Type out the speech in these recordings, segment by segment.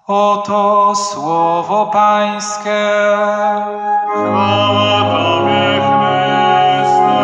Oto słowo Pańskie. Chwała Tobie, Chryste.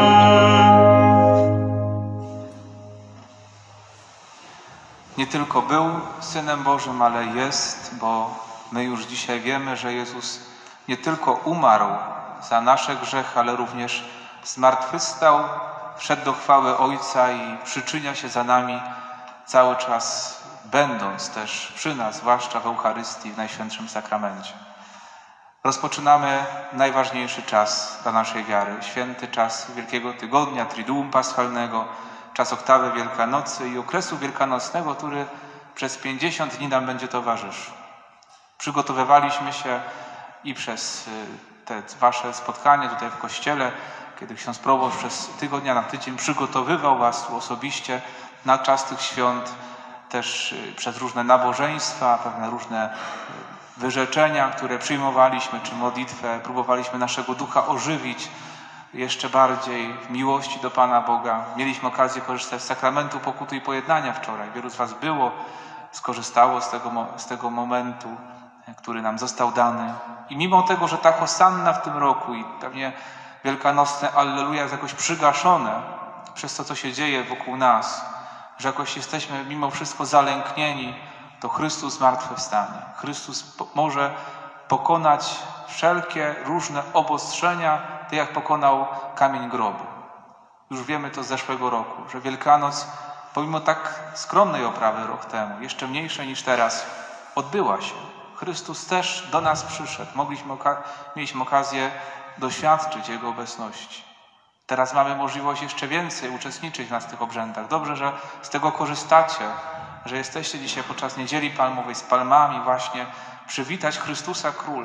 Nie tylko był Synem Bożym, ale jest, bo my już dzisiaj wiemy, że Jezus nie tylko umarł za nasze grzechy, ale również zmartwychwstał, wszedł do chwały Ojca i przyczynia się za nami cały czas, będąc też przy nas, zwłaszcza w Eucharystii, w Najświętszym Sakramencie. Rozpoczynamy najważniejszy czas dla naszej wiary, święty czas Wielkiego Tygodnia, Triduum Paschalnego, czas oktawy Wielkanocy i okresu wielkanocnego, który przez 50 dni nam będzie towarzyszył. Przygotowywaliśmy się i przez te wasze spotkanie tutaj w kościele, kiedy ksiądz proboszcz przez tygodnia na tydzień przygotowywał was tu osobiście na czas tych świąt, też przez różne nabożeństwa, pewne różne wyrzeczenia, które przyjmowaliśmy, czy modlitwę, próbowaliśmy naszego ducha ożywić jeszcze bardziej w miłości do Pana Boga. Mieliśmy okazję korzystać z sakramentu pokuty i pojednania wczoraj. Wielu z was było, skorzystało z tego momentu, który nam został dany. I mimo tego, że ta hosanna w tym roku i pewnie wielkanocne Alleluja jest jakoś przygaszone przez to, co się dzieje wokół nas, że jakoś jesteśmy mimo wszystko zalęknieni, to Chrystus zmartwychwstanie. Chrystus może pokonać wszelkie różne obostrzenia, tak jak pokonał kamień grobu. Już wiemy to z zeszłego roku, że Wielkanoc, pomimo tak skromnej oprawy rok temu, jeszcze mniejszej niż teraz, odbyła się. Chrystus też do nas przyszedł. Mieliśmy okazję doświadczyć Jego obecności. Teraz mamy możliwość jeszcze więcej uczestniczyć w tych obrzędach. Dobrze, że z tego korzystacie, że jesteście dzisiaj podczas Niedzieli Palmowej z palmami właśnie przywitać Chrystusa Króla.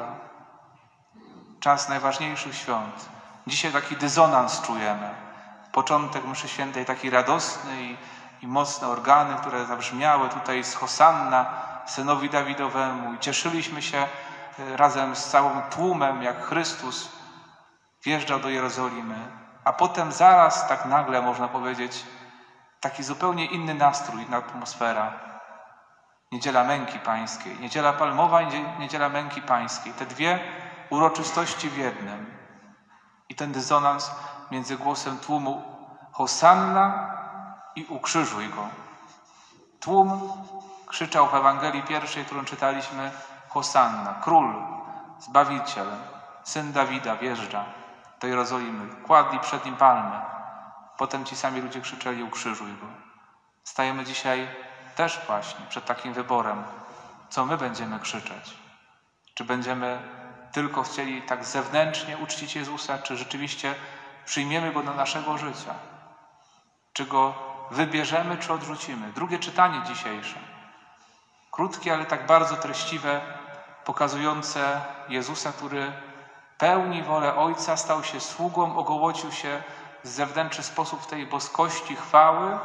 Czas najważniejszych świąt. Dzisiaj taki dysonans czujemy. Początek mszy świętej taki radosny i mocne organy, które zabrzmiały tutaj z Hosanna Synowi Dawidowemu i cieszyliśmy się razem z całym tłumem, jak Chrystus wjeżdżał do Jerozolimy. A potem zaraz, tak nagle można powiedzieć, taki zupełnie inny nastrój, inna atmosfera. Niedziela Męki Pańskiej, Niedziela Palmowa i Niedziela Męki Pańskiej. Te dwie uroczystości w jednym. I ten dysonans między głosem tłumu Hosanna i ukrzyżuj go. Tłum krzyczał w Ewangelii pierwszej, którą czytaliśmy, Hosanna, Król, Zbawiciel, Syn Dawida wjeżdża do Jerozolimy. Kładli przed nim palmę. Potem ci sami ludzie krzyczeli, ukrzyżuj go. Stajemy dzisiaj też właśnie przed takim wyborem, co my będziemy krzyczeć. Czy będziemy tylko chcieli tak zewnętrznie uczcić Jezusa, czy rzeczywiście przyjmiemy Go do naszego życia? Czy Go wybierzemy, czy odrzucimy? Drugie czytanie dzisiejsze. Krótkie, ale tak bardzo treściwe, pokazujące Jezusa, który pełni wolę Ojca, stał się sługą, ogołocił się w zewnętrzny sposób w tej boskości chwały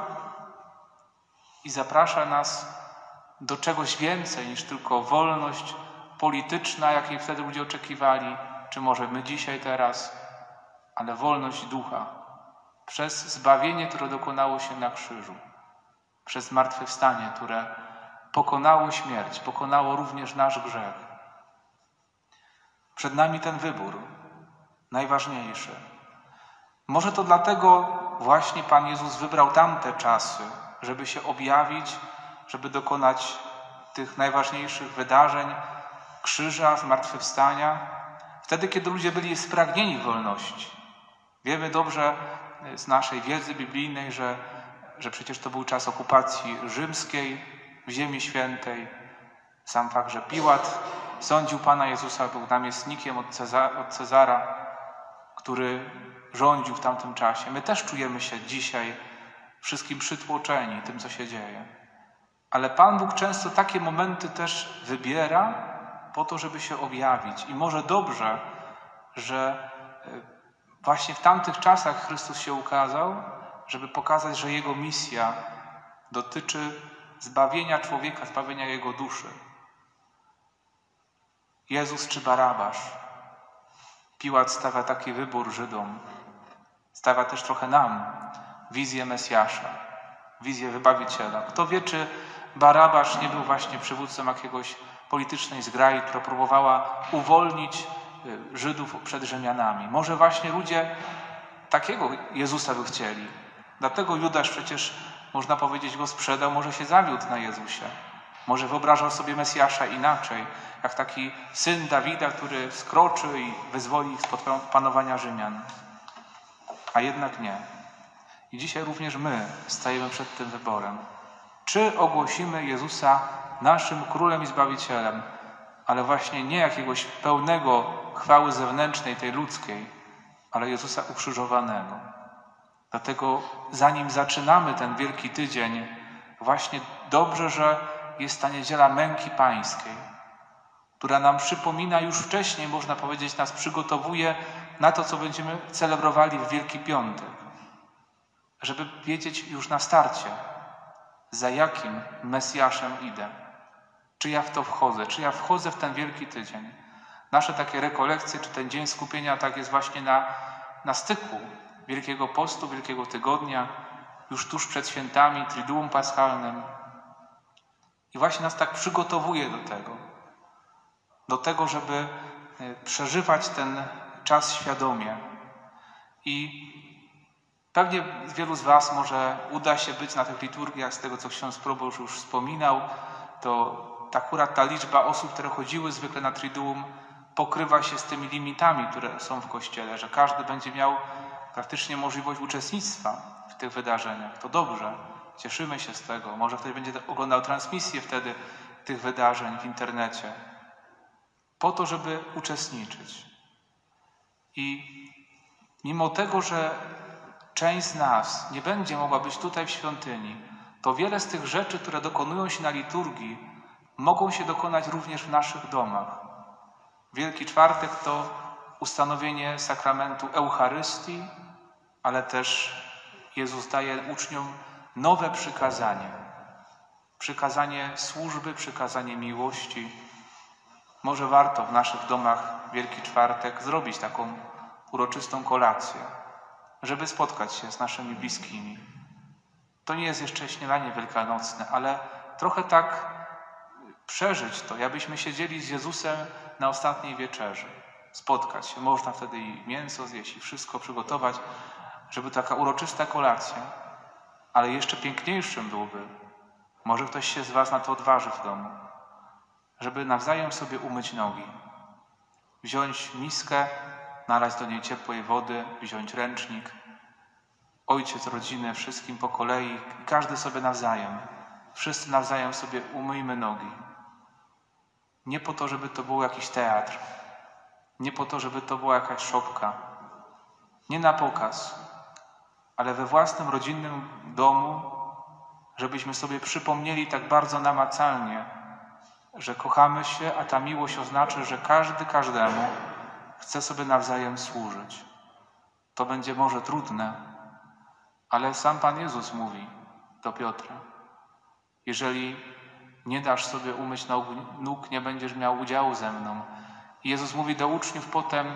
i zaprasza nas do czegoś więcej niż tylko wolność polityczna, jakiej wtedy ludzie oczekiwali, czy może my dzisiaj, teraz, ale wolność ducha przez zbawienie, które dokonało się na krzyżu, przez zmartwychwstanie, które pokonało śmierć, pokonało również nasz grzech. Przed nami ten wybór, najważniejszy. Może to dlatego właśnie Pan Jezus wybrał tamte czasy, żeby się objawić, żeby dokonać tych najważniejszych wydarzeń, krzyża, zmartwychwstania, wtedy, kiedy ludzie byli spragnieni wolności. Wiemy dobrze z naszej wiedzy biblijnej, że przecież to był czas okupacji rzymskiej w Ziemi Świętej. Sam fakt, że Piłat sądził Pana Jezusa, był namiestnikiem od Cezara, który rządził w tamtym czasie. My też czujemy się dzisiaj wszystkim przytłoczeni tym, co się dzieje. Ale Pan Bóg często takie momenty też wybiera po to, żeby się objawić. I może dobrze, że właśnie w tamtych czasach Chrystus się ukazał, żeby pokazać, że Jego misja dotyczy zbawienia człowieka, zbawienia jego duszy. Jezus czy Barabasz? Piłat stawia taki wybór Żydom. Stawia też trochę nam wizję Mesjasza, wizję Wybawiciela. Kto wie, czy Barabasz nie był właśnie przywódcą jakiegoś politycznej zgrai, która próbowała uwolnić Żydów przed Rzymianami. Może właśnie ludzie takiego Jezusa by chcieli. Dlatego Judasz przecież, można powiedzieć, go sprzedał, może się zawiódł na Jezusie. Może wyobrażał sobie Mesjasza inaczej, jak taki syn Dawida, który skroczy i wyzwoli ich spod panowania Rzymian. A jednak nie. I dzisiaj również my stajemy przed tym wyborem. Czy ogłosimy Jezusa naszym Królem i Zbawicielem, ale właśnie nie jakiegoś pełnego chwały zewnętrznej, tej ludzkiej, ale Jezusa ukrzyżowanego. Dlatego zanim zaczynamy ten Wielki Tydzień, właśnie dobrze, że jest ta niedziela męki pańskiej, która nam przypomina już wcześniej, można powiedzieć, nas przygotowuje na to, co będziemy celebrowali w Wielki Piątek. Żeby wiedzieć już na starcie, za jakim Mesjaszem idę. Czy ja w to wchodzę? Czy ja wchodzę w ten Wielki Tydzień? Nasze takie rekolekcje, czy ten Dzień Skupienia, tak jest właśnie na styku Wielkiego Postu, Wielkiego Tygodnia, już tuż przed świętami, Triduum Paschalnym. I właśnie nas tak przygotowuje do tego, żeby przeżywać ten czas świadomie. I pewnie wielu z was może uda się być na tych liturgiach, z tego co ksiądz proboszcz już wspominał, to akurat ta liczba osób, które chodziły zwykle na Triduum, pokrywa się z tymi limitami, które są w Kościele, że każdy będzie miał praktycznie możliwość uczestnictwa w tych wydarzeniach. To dobrze, cieszymy się z tego. Może ktoś będzie oglądał transmisję wtedy tych wydarzeń w internecie. Po to, żeby uczestniczyć. I mimo tego, że część z nas nie będzie mogła być tutaj w świątyni, to wiele z tych rzeczy, które dokonują się na liturgii, mogą się dokonać również w naszych domach. Wielki Czwartek to ustanowienie sakramentu Eucharystii, ale też Jezus daje uczniom nowe przykazanie. Przykazanie służby, przykazanie miłości. Może warto w naszych domach Wielki Czwartek zrobić taką uroczystą kolację, żeby spotkać się z naszymi bliskimi. To nie jest jeszcze śniadanie wielkanocne, ale trochę tak przeżyć to, jakbyśmy siedzieli z Jezusem na ostatniej wieczerzy. Spotkać się. Można wtedy i mięso zjeść, i wszystko przygotować, żeby taka uroczysta kolacja. Ale jeszcze piękniejszym byłby, może ktoś się z was na to odważy w domu, żeby nawzajem sobie umyć nogi. Wziąć miskę, nalać do niej ciepłej wody, wziąć ręcznik, ojciec, rodzinę, wszystkim po kolei, każdy sobie nawzajem. Wszyscy nawzajem sobie umyjmy nogi. Nie po to, żeby to był jakiś teatr. Nie po to, żeby to była jakaś szopka. Nie na pokaz, ale we własnym rodzinnym domu, żebyśmy sobie przypomnieli tak bardzo namacalnie, że kochamy się, a ta miłość oznacza, że każdy każdemu chce sobie nawzajem służyć. To będzie może trudne, ale sam Pan Jezus mówi do Piotra: jeżeli nie dasz sobie umyć nóg, nie będziesz miał udziału ze mną. I Jezus mówi do uczniów potem,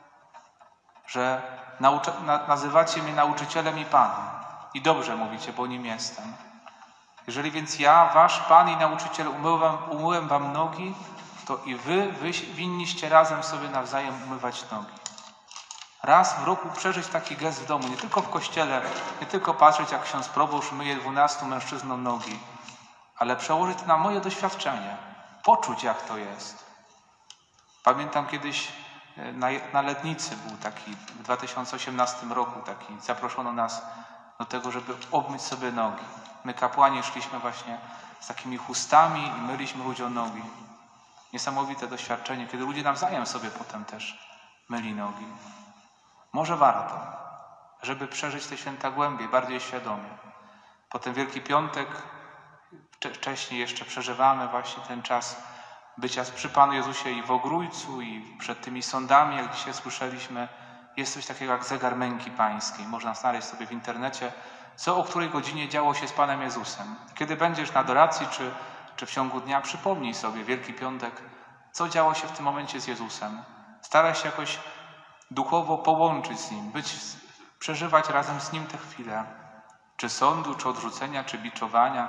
że nazywacie mnie nauczycielem i Panem. I dobrze mówicie, bo nim jestem. Jeżeli więc ja, wasz Pan i nauczyciel, umyłem wam nogi, to i wy winniście razem sobie nawzajem umywać nogi. Raz w roku przeżyć taki gest w domu, nie tylko w kościele, nie tylko patrzeć, jak ksiądz proboszcz myje 12 mężczyznom nogi, ale przełożyć to na moje doświadczenie, poczuć, jak to jest. Pamiętam kiedyś na Lednicy był taki, w 2018 roku taki, zaproszono nas do tego, żeby obmyć sobie nogi. My kapłani szliśmy właśnie z takimi chustami i myliśmy ludziom nogi. Niesamowite doświadczenie, kiedy ludzie nawzajem sobie potem też myli nogi. Może warto, żeby przeżyć te święta głębiej, bardziej świadomie. Potem Wielki Piątek, wcześniej jeszcze przeżywamy właśnie ten czas bycia przy Panu Jezusie i w Ogrójcu, i przed tymi sądami, jak dzisiaj słyszeliśmy. Jest coś takiego jak zegar męki pańskiej. Można znaleźć sobie w internecie, co o której godzinie działo się z Panem Jezusem. Kiedy będziesz na adoracji, czy w ciągu dnia, przypomnij sobie Wielki Piątek, co działo się w tym momencie z Jezusem. Staraj się jakoś duchowo połączyć z Nim, przeżywać razem z Nim te chwile. Czy sądu, czy odrzucenia, czy biczowania.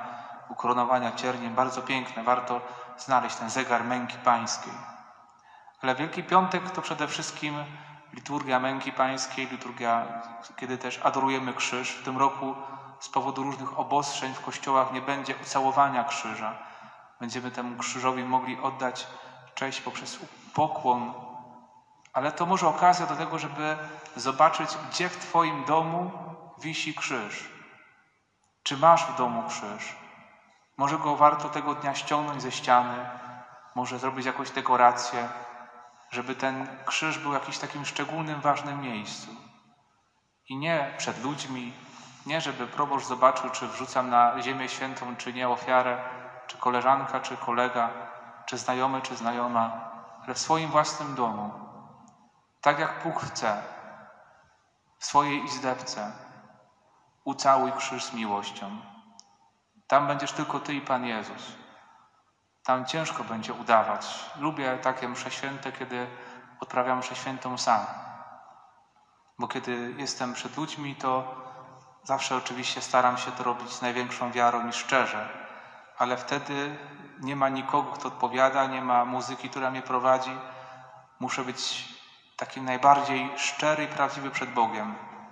ukoronowania cierniem, bardzo piękne. Warto znaleźć ten zegar męki pańskiej. Ale Wielki Piątek to przede wszystkim liturgia męki pańskiej, liturgia, kiedy też adorujemy krzyż. W tym roku z powodu różnych obostrzeń w kościołach nie będzie ucałowania krzyża. Będziemy temu krzyżowi mogli oddać cześć poprzez pokłon, ale to może okazja do tego, żeby zobaczyć, gdzie w Twoim domu wisi krzyż. Czy masz w domu krzyż? Może go warto tego dnia ściągnąć ze ściany, może zrobić jakąś dekorację, żeby ten krzyż był w jakimś takim szczególnym, ważnym miejscu. I nie przed ludźmi, nie żeby proboszcz zobaczył, czy wrzucam na ziemię świętą, czy nie ofiarę, czy koleżanka, czy kolega, czy znajomy, czy znajoma, ale w swoim własnym domu. Tak jak Bóg chce, w swojej izdebce. Ucałuj krzyż z miłością. Tam będziesz tylko Ty i Pan Jezus. Tam ciężko będzie udawać. Lubię takie msze święte, kiedy odprawiam mszę świętą sam. Bo kiedy jestem przed ludźmi, to zawsze oczywiście staram się to robić z największą wiarą i szczerze. Ale wtedy nie ma nikogo, kto odpowiada, nie ma muzyki, która mnie prowadzi. Muszę być taki najbardziej szczery i prawdziwy przed Bogiem.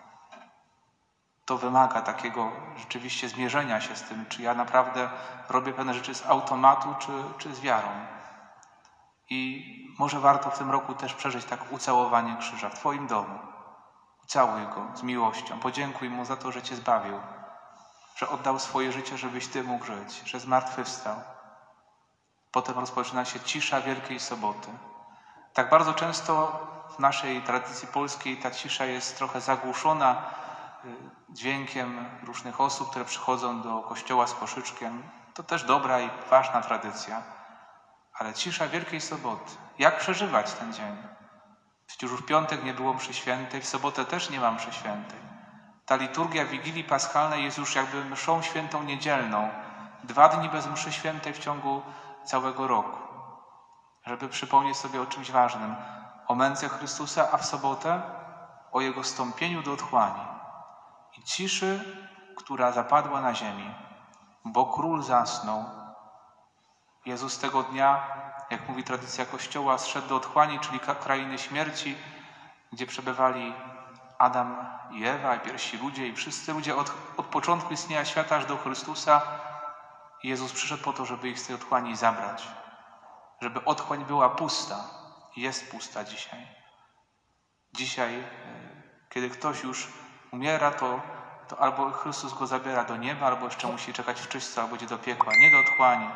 To wymaga takiego rzeczywiście zmierzenia się z tym, czy ja naprawdę robię pewne rzeczy z automatu, czy z wiarą. I może warto w tym roku też przeżyć tak ucałowanie krzyża w Twoim domu. Ucałuj Go z miłością. Podziękuj Mu za to, że Cię zbawił, że oddał swoje życie, żebyś Ty mógł żyć, że zmartwychwstał. Potem rozpoczyna się cisza Wielkiej Soboty. Tak bardzo często w naszej tradycji polskiej ta cisza jest trochę zagłuszona dźwiękiem różnych osób, które przychodzą do kościoła z koszyczkiem. To też dobra i ważna tradycja. Ale cisza Wielkiej Soboty. Jak przeżywać ten dzień? Przecież już w piątek nie było mszy świętej, w sobotę też nie ma mszy świętej. Ta liturgia Wigilii Paschalnej jest już jakby mszą świętą niedzielną. 2 dni bez mszy świętej w ciągu całego roku. Żeby przypomnieć sobie o czymś ważnym. O męce Chrystusa, a w sobotę o Jego wstąpieniu do otchłani. I ciszy, która zapadła na ziemi, bo Król zasnął. Jezus tego dnia, jak mówi tradycja Kościoła, zszedł do otchłani, czyli krainy śmierci, gdzie przebywali Adam i Ewa, i pierwsi ludzie, i wszyscy ludzie od początku istnienia świata aż do Chrystusa. I Jezus przyszedł po to, żeby ich z tej otchłani zabrać. Żeby otchłań była pusta. I jest pusta dzisiaj. Dzisiaj, kiedy ktoś już umiera, to albo Chrystus go zabiera do nieba, albo jeszcze musi czekać w czyśćcu, albo idzie do piekła, nie do otchłani.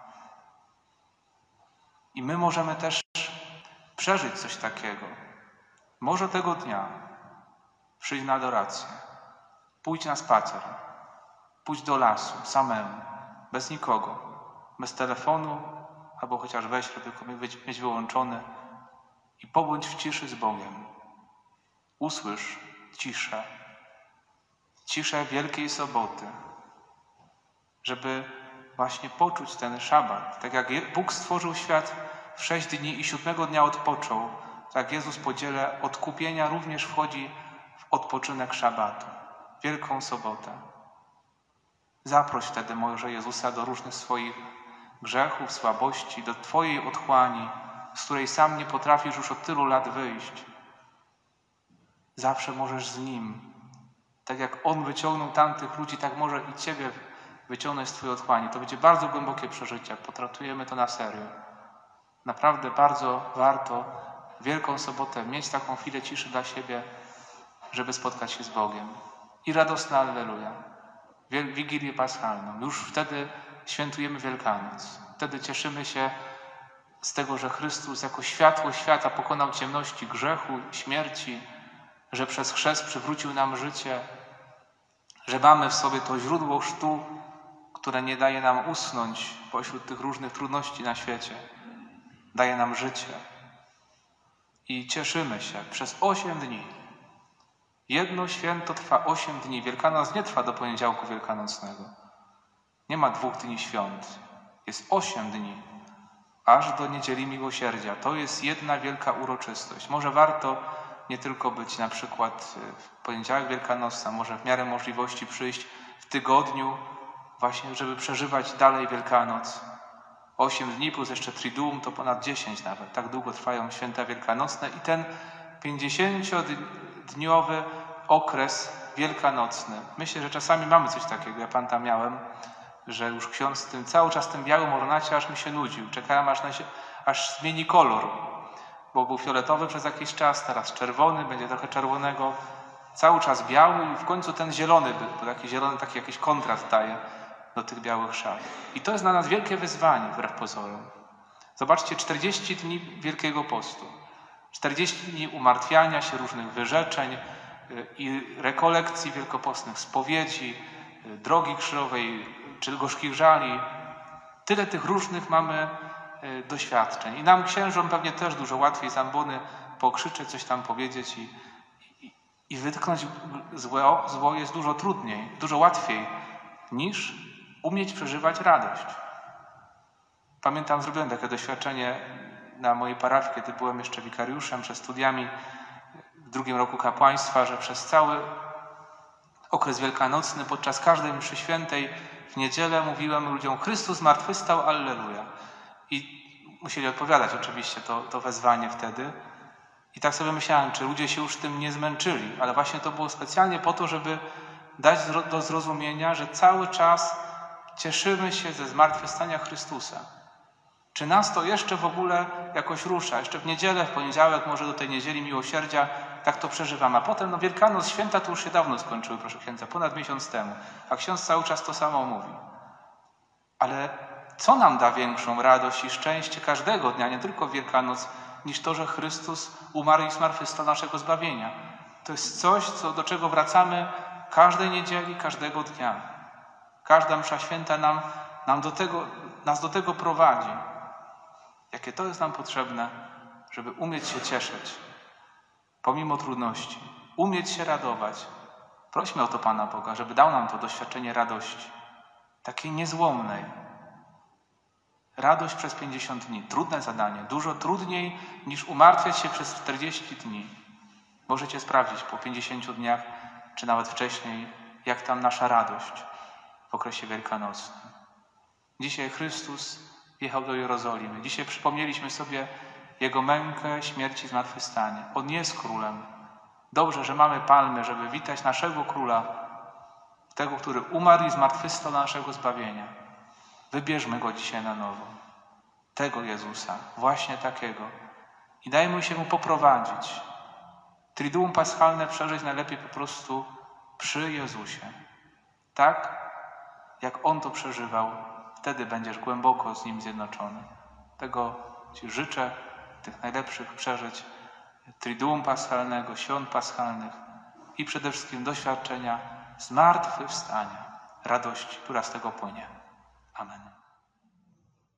I my możemy też przeżyć coś takiego. Może tego dnia przyjdź na adorację, pójdź na spacer, pójdź do lasu samemu, bez nikogo, bez telefonu, albo chociaż weź, żeby mieć wyłączony i pobądź w ciszy z Bogiem. Usłysz ciszę. Ciszę Wielkiej Soboty, żeby właśnie poczuć ten szabat. Tak jak Bóg stworzył świat w 6 dni i 7 dnia odpoczął, tak Jezus po dziele odkupienia również wchodzi w odpoczynek szabatu, Wielką Sobotę. Zaproś wtedy może Jezusa do różnych swoich grzechów, słabości, do Twojej otchłani, z której sam nie potrafisz już od tylu lat wyjść. Zawsze możesz z Nim. Tak jak On wyciągnął tamtych ludzi, tak może i Ciebie wyciągnąć z Twojej otchłani. To będzie bardzo głębokie przeżycie. Potraktujemy to na serio. Naprawdę bardzo warto Wielką Sobotę mieć taką chwilę ciszy dla siebie, żeby spotkać się z Bogiem. I radosna Alleluja. Wigilię Paschalną. Już wtedy świętujemy Wielkanoc. Wtedy cieszymy się z tego, że Chrystus jako światło świata pokonał ciemności grzechu, śmierci, że przez chrzest przywrócił nam życie, że mamy w sobie to źródło chrztu, które nie daje nam usnąć pośród tych różnych trudności na świecie. Daje nam życie. I cieszymy się przez 8 dni. Jedno święto trwa 8 dni. Wielkanoc nie trwa do poniedziałku wielkanocnego. Nie ma 2 dni świąt. Jest 8 dni. Aż do Niedzieli Miłosierdzia. To jest jedna wielka uroczystość. Może warto nie tylko być na przykład w poniedziałek wielkanocny, może w miarę możliwości przyjść w tygodniu właśnie żeby przeżywać dalej Wielkanoc. 8 dni plus jeszcze Triduum to ponad 10 nawet. Tak długo trwają święta wielkanocne i ten 50-dniowy okres wielkanocny. Myślę, że czasami mamy coś takiego, ja pamiętam miałem, że już ksiądz cały czas tym białym ornacie aż mi się nudził. Czekałem aż zmieni kolor, bo był fioletowy przez jakiś czas, teraz czerwony, będzie trochę czerwonego. Cały czas biały i w końcu ten zielony, bo taki zielony taki jakiś kontrast daje do tych białych szat. I to jest dla nas wielkie wyzwanie, wbrew pozorom. Zobaczcie, 40 dni Wielkiego Postu. 40 dni umartwiania się, różnych wyrzeczeń i rekolekcji wielkopostnych, spowiedzi, drogi krzyżowej czy gorzkich żali. Tyle tych różnych mamy doświadczeń. I nam księżom pewnie też dużo łatwiej z ambony pokrzyczeć, coś tam powiedzieć i wytknąć zło jest dużo trudniej, dużo łatwiej niż umieć przeżywać radość. Pamiętam, zrobiłem takie doświadczenie na mojej parafii, kiedy byłem jeszcze wikariuszem przed studiami w 2. roku kapłaństwa, że przez cały okres wielkanocny, podczas każdej mszy świętej w niedzielę mówiłem ludziom: Chrystus zmartwychwstał, alleluja. I musieli odpowiadać oczywiście to wezwanie wtedy. I tak sobie myślałem, czy ludzie się już tym nie zmęczyli, ale właśnie to było specjalnie po to, żeby dać do zrozumienia, że cały czas cieszymy się ze zmartwychwstania Chrystusa. Czy nas to jeszcze w ogóle jakoś rusza? Jeszcze w niedzielę, w poniedziałek, może do tej niedzieli miłosierdzia, tak to przeżywam. A potem Wielkanoc, święta to już się dawno skończyły, proszę księdza, ponad miesiąc temu. A ksiądz cały czas to samo mówi. Ale co nam da większą radość i szczęście każdego dnia, nie tylko w Wielkanoc, niż to, że Chrystus umarł i zmartwychwstał naszego zbawienia? To jest coś, do czego wracamy każdej niedzieli, każdego dnia. Każda msza święta nas do tego prowadzi. Jakie to jest nam potrzebne, żeby umieć się cieszyć pomimo trudności, umieć się radować. Prośmy o to Pana Boga, żeby dał nam to doświadczenie radości, takiej niezłomnej. Radość przez 50 dni. Trudne zadanie, dużo trudniej niż umartwiać się przez 40 dni. Możecie sprawdzić po 50 dniach, czy nawet wcześniej, jak tam nasza radość w okresie wielkanocnym. Dzisiaj Chrystus wjechał do Jerozolimy. Dzisiaj przypomnieliśmy sobie Jego mękę, śmierć i zmartwychwstanie. On jest królem. Dobrze, że mamy palmy, żeby witać naszego króla, tego, który umarł i zmartwychwstał dla naszego zbawienia. Wybierzmy Go dzisiaj na nowo. Tego Jezusa, właśnie takiego. I dajmy się Mu poprowadzić. Triduum paschalne przeżyć najlepiej po prostu przy Jezusie. Tak, jak On to przeżywał, wtedy będziesz głęboko z Nim zjednoczony. Tego Ci życzę, tych najlepszych przeżyć Triduum paschalnego, świąt paschalnych i przede wszystkim doświadczenia zmartwychwstania, radości, która z tego płynie. Amen.